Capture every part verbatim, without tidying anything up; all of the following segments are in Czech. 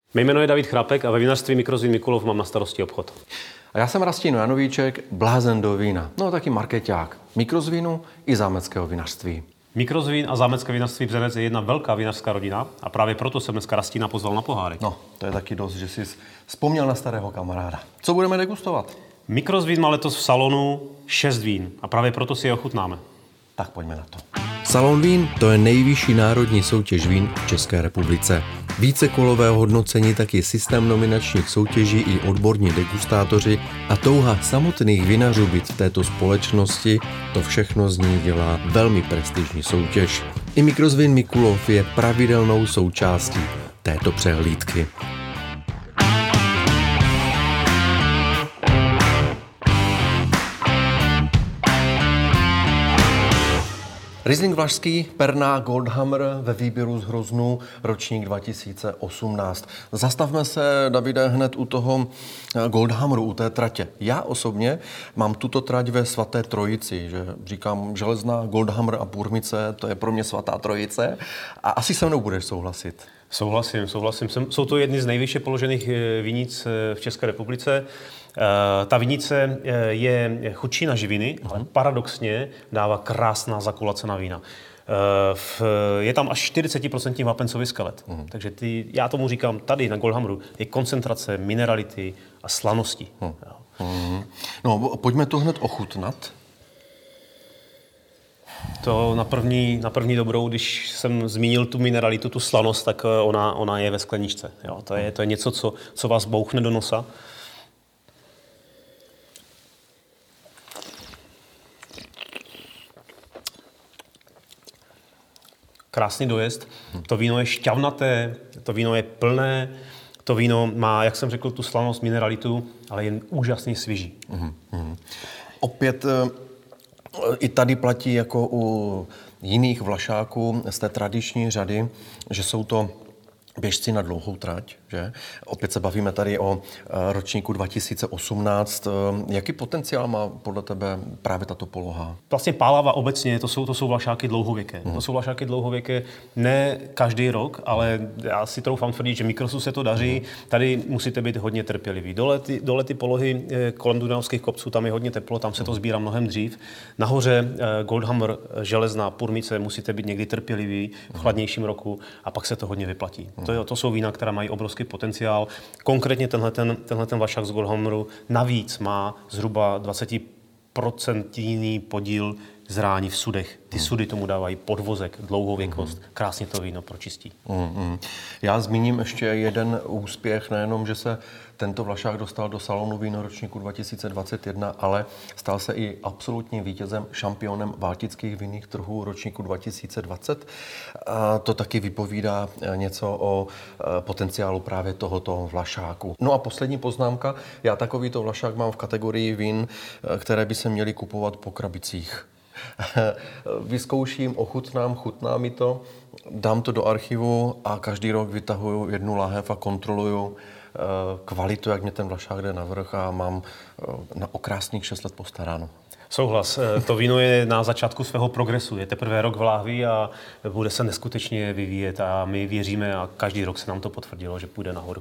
Mé jméno je David Chrápek a ve vinařství Mikrozvín Mikulov mám na starosti obchod. A já jsem Rastín Janovíček, blázen do vína, no taky markeťák, mikrozvínu i zámeckého vinařství. Mikrozvín a zámecké vinařství Bzenec je jedna velká vinařská rodina a právě proto jsem dneska Rastína pozval na pohárek. No, to je taky dost, že jsi vzpomněl na starého kamaráda. Co budeme degustovat? Mikrozvín má letos v salonu šest vín a právě proto si je ochutnáme. Tak pojďme na to. Salon vín to je nejvyšší národní soutěž vín v České republice. Vícekolové hodnocení taky systém nominačních soutěží i odborní degustátoři a touha samotných vinařů být v této společnosti, to všechno z ní dělá velmi prestižní soutěž. I Mikrozvín Mikulov je pravidelnou součástí této přehlídky. Riesling vlašský Pernod Goldhammer ve výběru z Hroznů, ročník dva tisíce osmnáct. Zastavme se, Davide, hned u toho Goldhammeru, u té tratě. Já osobně mám tuto trať ve svaté trojici, že říkám Železná, Goldhammer a Půrmice, to je pro mě svatá trojice a asi se mnou budeš souhlasit. Souhlasím, souhlasím. Jsou to jedny z nejvyššie položených vinic v České republice. Ta vinice je chudší na živiny, ale paradoxně dává krásná zakulacená vína. Je tam až čtyřicet procent vápencový skelet. Mm. Takže ty, já tomu říkám, tady na Goldhammeru je koncentrace minerality a slanosti. Mm. Mm. No, pojďme to hned ochutnat. To na první, na první dobrou, když jsem zmínil tu mineralitu, tu slanost, tak ona, ona je ve skleničce. Jo, to, je, to je něco, co, co vás bouchne do nosa. Krásný dojezd. To víno je šťavnaté, to víno je plné, to víno má, jak jsem řekl, tu slanost, mineralitu, ale je úžasně svěží. Mm-hmm. Opět i tady platí jako u jiných vlašáků z té tradiční řady, že jsou to běžci na dlouhou trať, že? Opět se bavíme tady o ročníku dva tisíce osmnáct. Jaký potenciál má podle tebe právě tato poloha? Vlastně Pálava obecně, to jsou, to jsou vlašáky dlouhověké. Mm. To jsou vlašáky dlouhověké ne každý rok, ale já si troufám tvrdit, že Mikrosu se to daří. Mm. Tady musíte být hodně trpěliví. Dole ty, dole ty polohy kolem Dunajských kopců, tam je hodně teplo, tam se to sbírá mnohem dřív. Nahoře Goldhammer, Železná, Půrmice, musíte být někdy trpěliví v chladnějším roku a pak se to hodně vyplatí. Mm. To, to jsou vína, která mají obrovský potenciál. Konkrétně tenhle ten, tenhle ten vlašák z Goldhammeru navíc má zhruba dvacet procent podíl zrání v sudech. Ty sudy tomu dávají podvozek, dlouhověkost. Krásně to víno pročistí. Mm-hmm. Já zmíním ještě jeden úspěch, nejenom, že se tento vlašák dostal do salonu víno ročníku dva tisíce dvacet jedna, ale stal se i absolutním vítězem, šampionem baltických vinných trhů ročníku dva tisíce dvacet. A to taky vypovídá něco o potenciálu právě tohoto vlašáku. No a poslední poznámka. Já takovýto vlašák mám v kategorii vín, které by se měly kupovat po krabicích. Vyzkouším, ochutnám, chutná mi to, dám to do archivu a každý rok vytahuju jednu láhev a kontroluju kvalitu, jak mě ten vlašák jde navrch a mám na okrásných šest let postaráno. Souhlas. To víno je na začátku svého progresu. Je teprve rok v láhvi a bude se neskutečně vyvíjet a my věříme a každý rok se nám to potvrdilo, že půjde nahoru.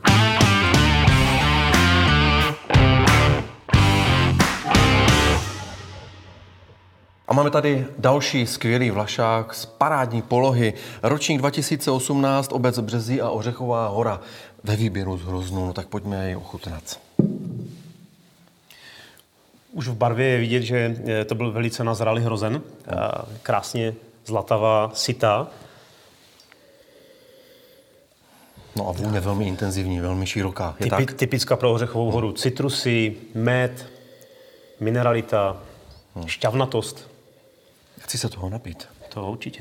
A máme tady další skvělý vlašák z parádní polohy. Ročník dva tisíce osmnáct, obec Březí a Ořechová hora ve výběru z Hroznů. No tak pojďme jej ochutnat. Už v barvě je vidět, že to byl velice nazralý hrozen. Krásně zlatavá, sytá. No a vůně velmi intenzivní, velmi široká. Je Typi, tak? Typická pro Ořechovou horu. Citrusy, med, mineralita, hmm. šťavnatost. Chci se toho napít. To určitě.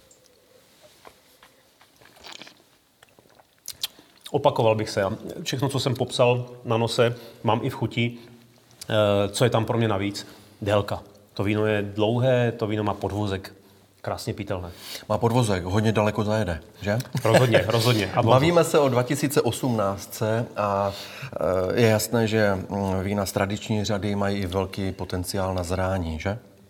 Opakoval bych se. Všechno, co jsem popsal na nose, mám i v chuti. Co je tam pro mě navíc? Délka. To víno je dlouhé, to víno má podvozek. Krásně pitelné. Má podvozek, hodně daleko zajede, že? Rozhodně, rozhodně. A bavíme se o dva tisíce osmnáct a je jasné, že vína z tradiční řady mají i velký potenciál na zrání, že?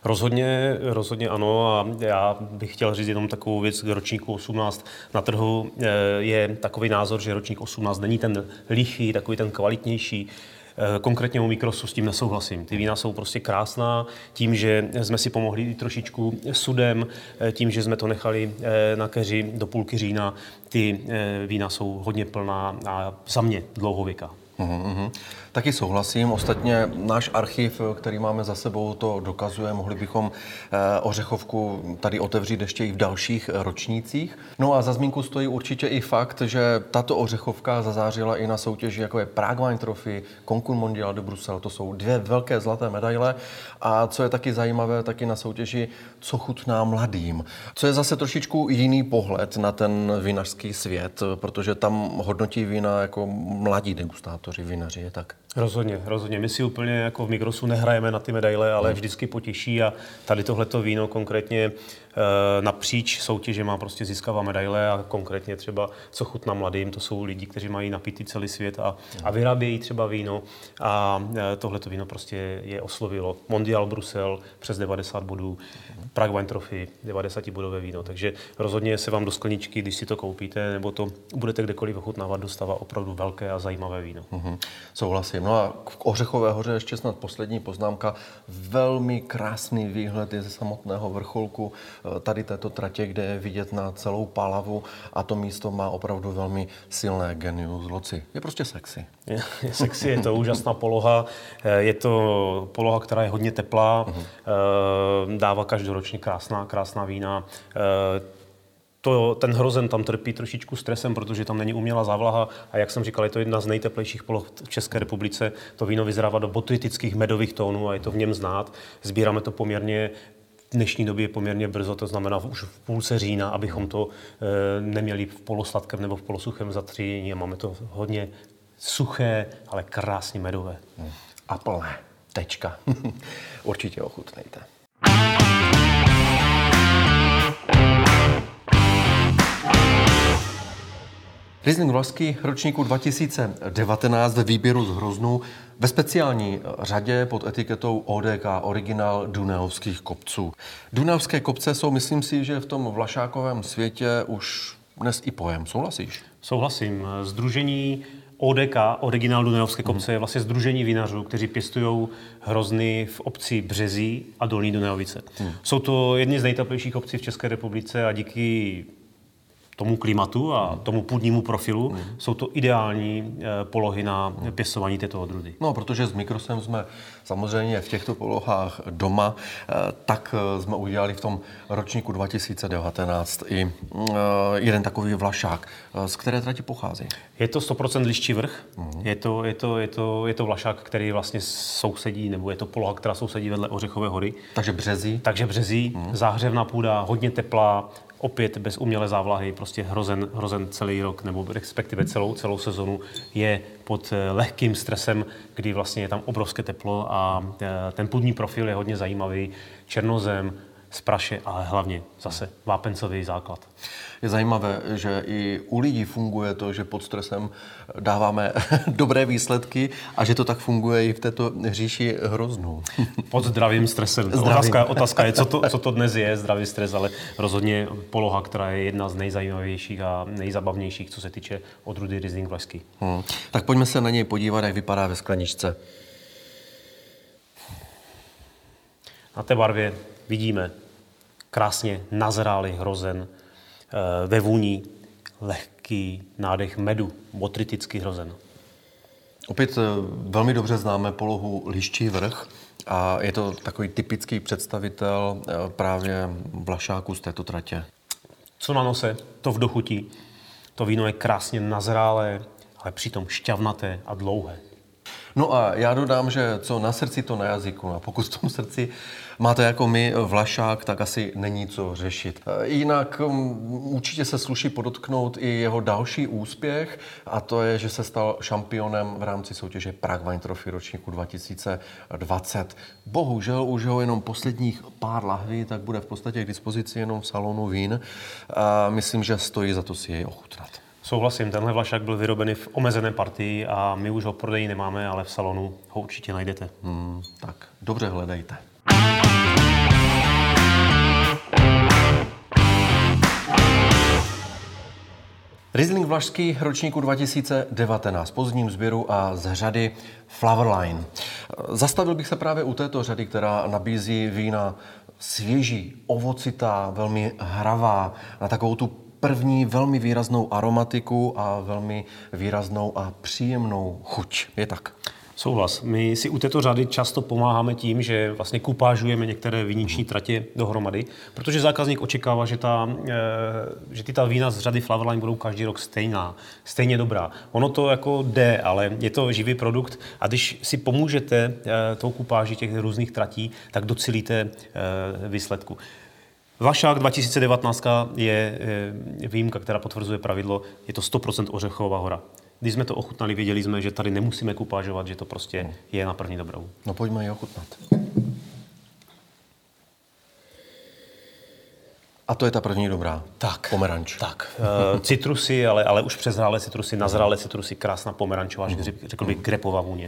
Rozhodně, rozhodně ano a já bych chtěl říct jenom takovou věc k ročníku osmnáct. Na trhu je takový názor, že ročník osmnáct není ten lichý, takový ten kvalitnější. Konkrétně u Mikrosu s tím nesouhlasím. Ty vína jsou prostě krásná, tím, že jsme si pomohli trošičku sudem, tím, že jsme to nechali na keři do půlky října, ty vína jsou hodně plná a za mě dlouhověká. Uhum. Taky souhlasím. Ostatně náš archiv, který máme za sebou, to dokazuje. Mohli bychom ořechovku tady otevřít ještě i v dalších ročnících. No a za zmínku stojí určitě i fakt, že tato ořechovka zazářila i na soutěži, jako je Prague Wine Trophy, Concours Mondial de Bruxelles. To jsou dvě velké zlaté medaile. A co je taky zajímavé, taky na soutěži Co chutná mladým. Co je zase trošičku jiný pohled na ten vinařský svět, protože tam hodnotí vína jako mladí degustátoři, vinaři, je tak? Rozhodně, rozhodně. My si úplně jako v Mikrosu nehrajeme na ty medaile, ale hmm. vždycky potěší a tady tohleto víno konkrétně e, napříč soutěže má prostě získává medaile a konkrétně třeba Co chutná mladým, to jsou lidi, kteří mají napitý celý svět a, a vyrábějí třeba víno a e, tohleto víno prostě je oslovilo. Mondial Brusel přes devadesát bodů, Prague Wine Trophy devadesáti-bodové víno, takže rozhodně se vám do skleničky, když si to koupíte nebo to budete kdekoliv ochutnávat, dostává opravdu velké a zajímavé víno. Hmm. Souhlasím. No a k Ořechové hoře ještě snad poslední poznámka. Velmi krásný výhled je ze samotného vrcholku tady této tratě, kde je vidět na celou Pálavu a to místo má opravdu velmi silné genius loci. Je prostě sexy. Je, je sexy, je to úžasná poloha. Je to poloha, která je hodně teplá, uh-huh. dává každoročně krásná, krásná vína. To, ten hrozen tam trpí trošičku stresem, protože tam není umělá závlaha a jak jsem říkal, je to jedna z nejteplejších poloh v České republice. To víno vyzrává do botritických medových tónů a je to v něm znát. Sbíráme to poměrně, v dnešní době poměrně brzo, to znamená už v půlce října, abychom to e, neměli v polosladkém nebo v polosuchém zatřídění a máme to hodně suché, ale krásně medové. A plné. Tečka. Určitě ochutnejte. Riesling Vlašský ročníku dva tisíce devatenáct ve výběru z Hroznů ve speciální řadě pod etiketou O D K, originál Dunajovských kopců. Dunajovské kopce jsou, myslím si, že v tom vlašákovém světě už dnes i pojem. Souhlasíš? Souhlasím. Sdružení O D K, originál Dunajovské kopce, je vlastně sdružení vinařů, kteří pěstují hrozny v obci Březí a Dolní Dunajovice. Hmm. Jsou to jedny z nejteplejších obcí v České republice a díky tomu klimatu a tomu půdnímu profilu mm. jsou to ideální e, polohy na mm. pěstování této odrůdy. No, protože s Mikrosem jsme samozřejmě v těchto polohách doma, e, tak jsme udělali v tom ročníku dva tisíce devatenáct i e, jeden takový vlašák. E, z které trati pochází? Je to sto procent Liščí vrch. Mm. Je, to, je, to, je, to, je to vlašák, který vlastně sousedí, nebo je to poloha, která sousedí vedle Ořechové hory. Takže Březí? Takže Březí, mm. záhřevná půda, hodně teplá, opět bez umělé závlahy, prostě hrozen, hrozen celý rok, nebo respektive celou, celou sezonu je pod lehkým stresem, kdy vlastně je tam obrovské teplo a ten půdní profil je hodně zajímavý. Černozem, z praše, ale hlavně zase vápencový základ. Je zajímavé, že i u lidí funguje to, že pod stresem dáváme dobré výsledky a že to tak funguje i v této říši hroznů. Pod zdravým stresem. Zdravým. Otázka, otázka je, co to, co to dnes je, zdravý stres, ale rozhodně poloha, která je jedna z nejzajímavějších a nejzabavnějších, co se týče odrůdy Riesling Vlašský. Hmm. Tak pojďme se na něj podívat, jak vypadá ve skleničce. Na té barvě vidíme krásně nazrálý hrozen, ve vůni lehký nádech medu, botritický hrozen. Opět velmi dobře známe polohu Liščí vrch a je to takový typický představitel právě vlašáků z této tratě. Co na nose, to v dochutí. To víno je krásně nazrálé, ale přitom šťavnaté a dlouhé. No a já dodám, že co na srdci, to na jazyku. A pokud v tom srdci máte jako my vlašák, tak asi není co řešit. Jinak určitě se sluší podotknout i jeho další úspěch a to je, že se stal šampionem v rámci soutěže Prague Wine Trophy ročníku dva tisíce dvacet. Bohužel už ho jenom posledních pár lahví, tak bude v podstatě k dispozici jenom v salonu vín. A myslím, že stojí za to si jej ochutnat. Souhlasím, tenhle vlašák byl vyrobený v omezené partii a my už ho v prodeji nemáme, ale v salonu ho určitě najdete. Hmm, tak dobře hledejte. Riesling vlašský ročníku dva tisíce devatenáct, pozdním sběru a z řady Flavorline. Zastavil bych se právě u této řady, která nabízí vína svěží, ovocitá, velmi hravá, na takovou tu první velmi výraznou aromatiku a velmi výraznou a příjemnou chuť. Je tak? Souhlas. My si u této řady často pomáháme tím, že vlastně kupážujeme některé viniční tratě dohromady, protože zákazník očekává, že, ta, že ty ta vína z řady Flavorline budou každý rok stejná, stejně dobrá. Ono to jako jde, ale je to živý produkt a když si pomůžete tou kupáži těch různých tratí, tak docílíte výsledku. Vlašák dva tisíce devatenáct je výjimka, která potvrzuje pravidlo, je to sto procent ořechová hora. Když jsme to ochutnali, věděli jsme, že tady nemusíme kupážovat, že to prostě je na první dobrou. No pojďme ji ochutnat. A to je ta první dobrá. Tak. Pomeranč. Tak. Uh, citrusy, ale, ale už přezrálé citrusy, nazrálé citrusy, krásná pomerančová, mm. řekl bych grepová vůně.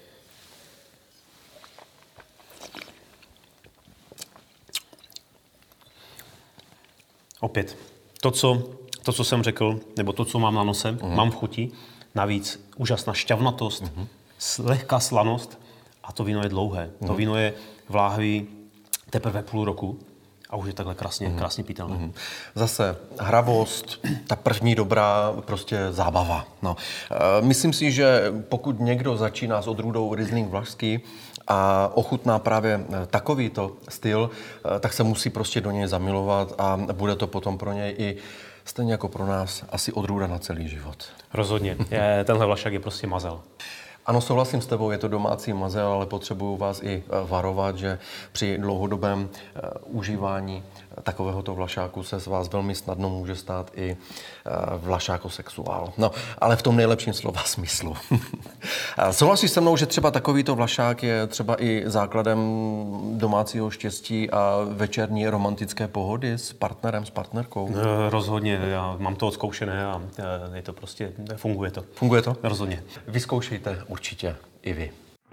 Opět, to co, to, co jsem řekl, nebo to, co mám na nose, mm. mám v chuti. Navíc úžasná šťavnatost, mm-hmm. lehká slanost a to víno je dlouhé. Mm-hmm. To víno je vláhvý teprve půl roku a už je takhle krásně, mm-hmm. krásně pitelné. Mm-hmm. Zase hravost, ta první dobrá prostě zábava. No. E, myslím si, že pokud někdo začíná s odrůdou Riesling vlašský a ochutná právě takovýto styl, e, tak se musí prostě do něj zamilovat a bude to potom pro něj i stejně jako pro nás asi odrůda na celý život. Rozhodně. Je, tenhle vlašák je prostě mazel. Ano, souhlasím s tebou, je to domácí mazel, ale potřebuju vás i varovat, že při dlouhodobém uh, užívání takovéhoto vlašáku se z vás velmi snadno může stát i uh, vlašákosexuál. No, ale v tom nejlepším slova smyslu. Souhlasíš se mnou, že třeba takovýto vlašák je třeba i základem domácího štěstí a večerní romantické pohody s partnerem, s partnerkou? No, rozhodně, já mám to odzkoušené a je to prostě, funguje to. Funguje to? Rozhodně. Vyzkoušejte určitě i vy.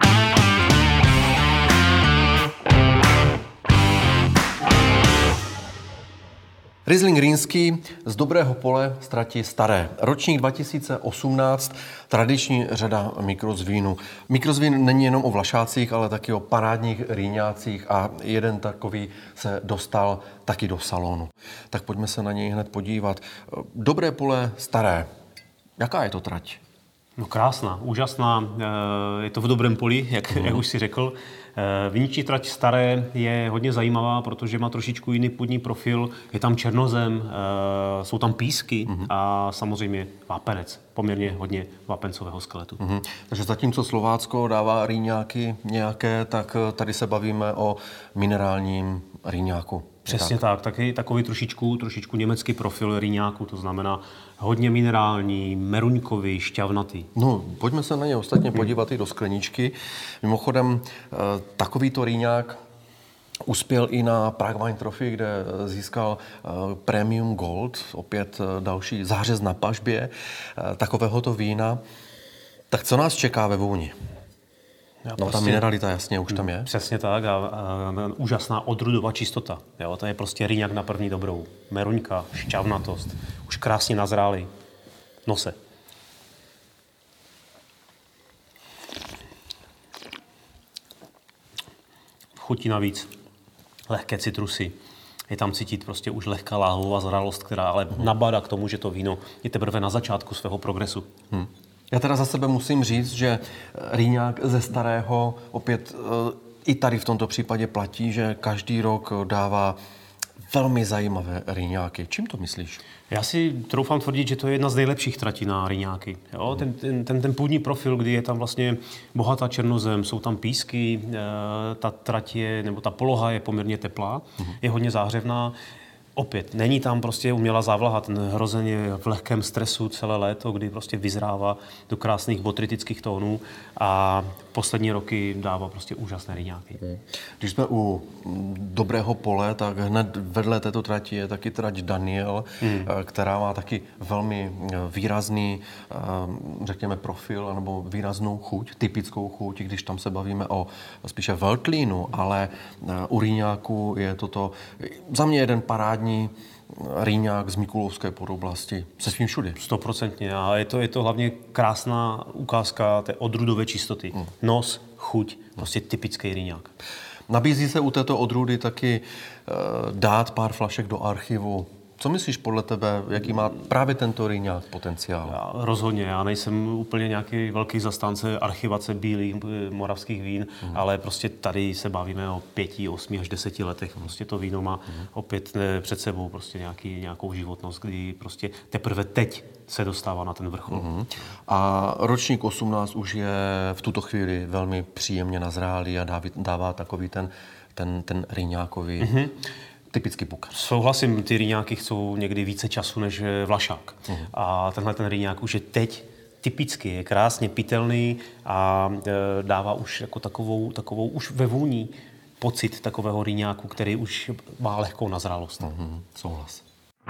Riesling rýnský z dobrého pole ztratí staré. Ročník dva tisíce osmnáct, tradiční řada mikrozvínů. Mikrozvín není jenom o vlašácích, ale taky o parádních rýňácích a jeden takový se dostal taky do salonu. Tak pojďme se na něj hned podívat. Dobré pole staré. Jaká je to trať? No krásná, úžasná, je to v dobrém poli, jak, mm. jak už si řekl. Viniční trať staré je hodně zajímavá, protože má trošičku jiný půdní profil, je tam černozem, jsou tam písky mm. a samozřejmě vápenec, poměrně hodně vápencového skeletu. Mm. Takže zatímco Slovácko dává rýňáky nějaké, tak tady se bavíme o minerálním rýňáku. Přesně tak. tak, taky takový trošičku, trošičku německý profil rýňáku, to znamená hodně minerální, meruňkový, šťavnatý. No, pojďme se na ně ostatně podívat hmm. i do skleničky. Mimochodem, takovýto rýňák uspěl i na Prague Wine Trophy, kde získal Premium Gold, opět další zářez na pažbě takovéhoto vína. Tak co nás čeká ve vůni? No, prostě, ta mineralita jasně už tam je. Přesně tak a, a, a úžasná odrůdová čistota. Jo, to je prostě rýňák na první dobrou. Meruňka, šťavnatost, už krásně nazrálý. Nose. Chutí navíc lehké citrusy. Je tam cítit prostě už lehká láhová zralost, která ale hmm. nabádá k tomu, že to víno je teprve na začátku svého progresu. Hmm. Já teda za sebe musím říct, že rýňák ze starého opět i tady v tomto případě platí, že každý rok dává velmi zajímavé rýňáky. Čím to myslíš? Já si troufám tvrdit, že to je jedna z nejlepších tratí na rýňáky. Jo? Ten, ten, ten, ten půdní profil, kdy je tam vlastně bohatá černozem, jsou tam písky, ta trať je, nebo ta poloha je poměrně teplá, mm-hmm. je hodně záhřevná. Opět, není tam prostě umělá závlaha, ten hrozen je v lehkém stresu celé léto, kdy prostě vyzrává do krásných botritických tónů a poslední roky dává prostě úžasné rýňáky. Když jsme u dobrého pole, tak hned vedle této trati je taky trať Daniel, hmm. která má taky velmi výrazný, řekněme, profil nebo výraznou chuť, typickou chuť, když tam se bavíme o spíše Veltlínu, ale u rýňáku je toto za mě jeden parádní rýňák z Mikulovské podoblasti se svým všudy. Stoprocentně. A je to, je to hlavně krásná ukázka té odrůdové čistoty. Mm. Nos, chuť, prostě typický rýňák. Nabízí se u této odrůdy taky e, dát pár flašek do archivu. Co myslíš podle tebe, jaký má právě tento rýňák potenciál? Já, rozhodně, já nejsem úplně nějaký velký zastánce archivace bílých moravských vín, mm. ale prostě tady se bavíme o pěti, osmi až deseti letech. Prostě to víno má mm. opět před sebou prostě nějaký, nějakou životnost, kdy prostě teprve teď se dostává na ten vrchol. Mm. A ročník osmnáct už je v tuto chvíli velmi příjemně nazrálý a dává, dává takový ten, ten, ten rýňákový... Mm. Typický puk. Souhlasím, ty rýňáky chcou někdy více času než vlašák. Uh-huh. A tenhle ten rýňák už je teď typický, je krásně pitelný a e, dává už jako takovou, takovou už ve vůni pocit takového rýňáku, který už má lehkou nazrálost. Uh-huh. Souhlas.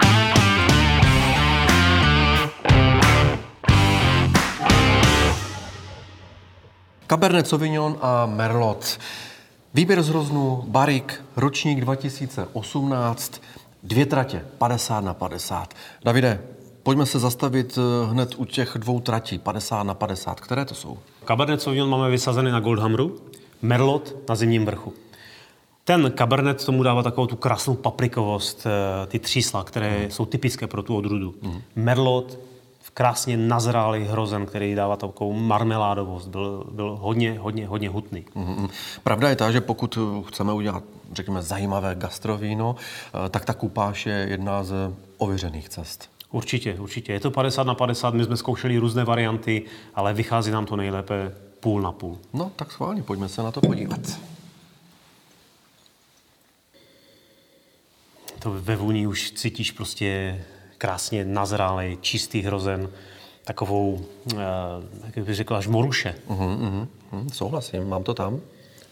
Cabernet Sauvignon a Merlot. Výběr z Hroznu, Barrique, ročník dva tisíce osmnáct, dvě tratě, padesát na padesát. Davide, pojďme se zastavit hned u těch dvou tratí, padesát na padesát. Které to jsou? Cabernet Sauvignon máme vysazený na Goldhammeru, Merlot na Zimním vrchu. Ten Cabernet tomu dává takovou tu krásnou paprikovost, ty třísla, které mm. jsou typické pro tu odrůdu. Mm. Merlot, krásně nazrálý hrozen, který dává takovou marmeládovost. Byl, byl hodně, hodně, hodně hutný. Mm-hmm. Pravda je ta, že pokud chceme udělat, řekněme, zajímavé gastrovíno, tak ta kupáž je jedna z ověřených cest. Určitě, určitě. Je to padesát na padesát, my jsme zkoušeli různé varianty, ale vychází nám to nejlépe půl na půl. No, tak schválně, pojďme se na to podívat. To ve vůni už cítíš prostě krásně nazrálej, čistý hrozen, takovou, jak bych řekl, až moruše. Uhum, uhum, uhum, souhlasím, mám to tam.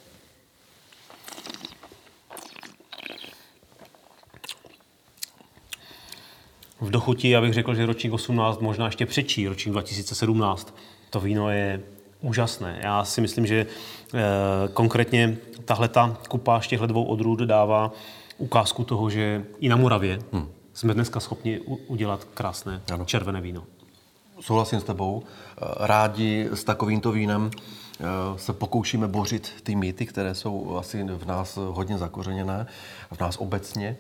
V dochuti, já bych řekl, že ročník osmnáct možná ještě předčí, ročník dva tisíce sedmnáct. To víno je úžasné. Já si myslím, že eh, konkrétně tahleta kupáž těchto dvou odrůd dává ukázku toho, že i na Moravě hmm. jsme dneska schopni udělat krásné ano. červené víno. Souhlasím s tebou. Rádi s takovýmto vínem se pokoušíme bořit ty mýty, které jsou asi v nás hodně zakořeněné, v nás obecně.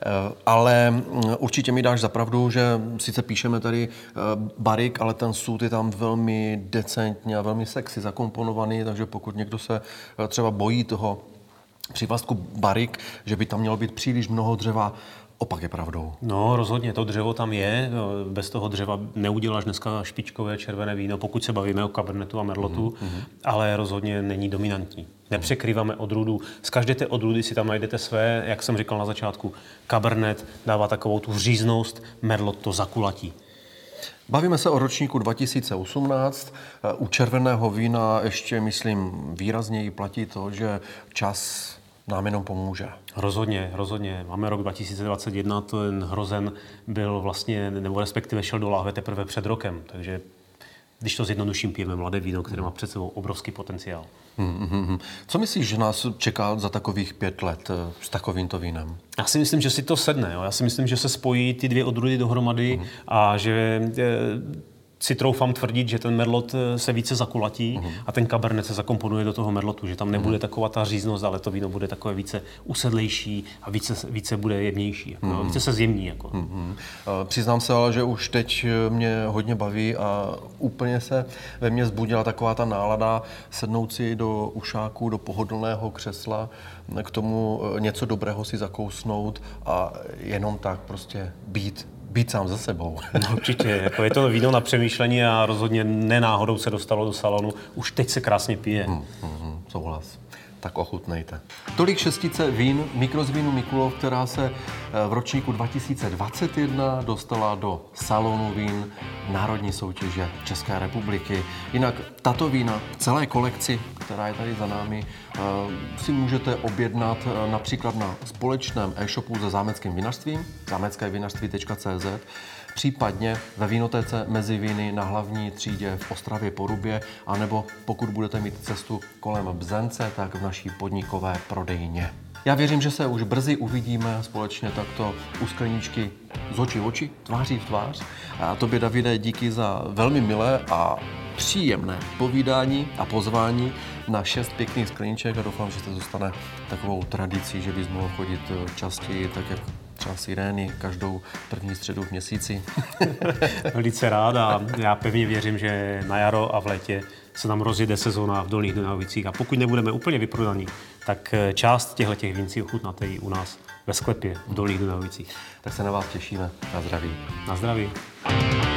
Ale určitě mi dáš za pravdu, že sice píšeme tady Barrique, ale ten sud je tam velmi decentně a velmi sexy zakomponovaný, takže pokud někdo se třeba bojí toho přívlastku Barrique, že by tam mělo být příliš mnoho dřeva, opak je pravdou. No, rozhodně, to dřevo tam je. Bez toho dřeva neuděláš dneska špičkové červené víno, pokud se bavíme o Cabernetu a Merlotu, mm-hmm. ale rozhodně není dominantní. Nepřekrýváme odrůdu. Z každé té odrůdy si tam najdete své, jak jsem říkal na začátku. Cabernet dává takovou tu říznost, Merlot to zakulatí. Bavíme se o ročníku dva tisíce osmnáct. U červeného vína ještě, myslím, výrazněji platí to, že čas nám jenom pomůže. Rozhodně, rozhodně. Máme rok dva tisíce dvacet jedna, ten hrozen byl vlastně, nebo respektive šel do láhve teprve před rokem, takže když to zjednoduším, pijeme mladé víno, které má před sebou obrovský potenciál. Hmm, hmm, hmm. Co myslíš, že nás čeká za takových pět let s takovýmto vínem? Já si myslím, že si to sedne. Jo. Já si myslím, že se spojí ty dvě odrůdy dohromady hmm. a že e, si troufám tvrdit, že ten Merlot se více zakulatí uh-huh. a ten Cabernet se zakomponuje do toho Merlotu, že tam nebude uh-huh. taková ta říznost, ale to víno bude takové více usedlejší a více, více bude jemnější, jako, uh-huh. více se zjemní. Jako. Uh-huh. Uh, přiznám se ale, že už teď mě hodně baví a úplně se ve mně vzbudila taková ta nálada sednout si do ušáku, do pohodlného křesla, k tomu něco dobrého si zakousnout a jenom tak prostě být být sám za sebou. No, určitě. Jako je to víno na přemýšlení a rozhodně nenáhodou se dostalo do salonu. Už teď se krásně pije. Hmm, hmm, souhlas. Tak ochutnejte. Tolik šestice vín Mikrozvínu Mikulov, která se v ročníku dva tisíce dvacet jedna dostala do salonu vín Národní soutěže České republiky. Jinak tato vína v celé kolekci, která je tady za námi, si můžete objednat například na společném e-shopu se Zámeckým vinařstvím, zámecké vinařství tečka cé zet, případně ve vínotéce Mezi víny na hlavní třídě v Ostravě Porubě, anebo pokud budete mít cestu kolem Bzence, tak v naší podnikové prodejně. Já věřím, že se už brzy uvidíme společně takto u skleničky z očí v oči, tváří v tvář. A tobě, Davide, díky za velmi milé a příjemné povídání a pozvání na šest pěkných skleniček a doufám, že to zůstane takovou tradicí, že bys mohl chodit častěji, tak jak třeba Sirény, každou první středu v měsíci. Velice rád a já pevně věřím, že na jaro a v létě se nám rozjede sezóna v Dolních Dunajovicích a pokud nebudeme úplně vyprodaní, tak část těchto vincí ochutnáte i u nás ve sklepě v Dolních Dunajovicích. Tak se na vás těšíme. Na zdraví. Na zdraví.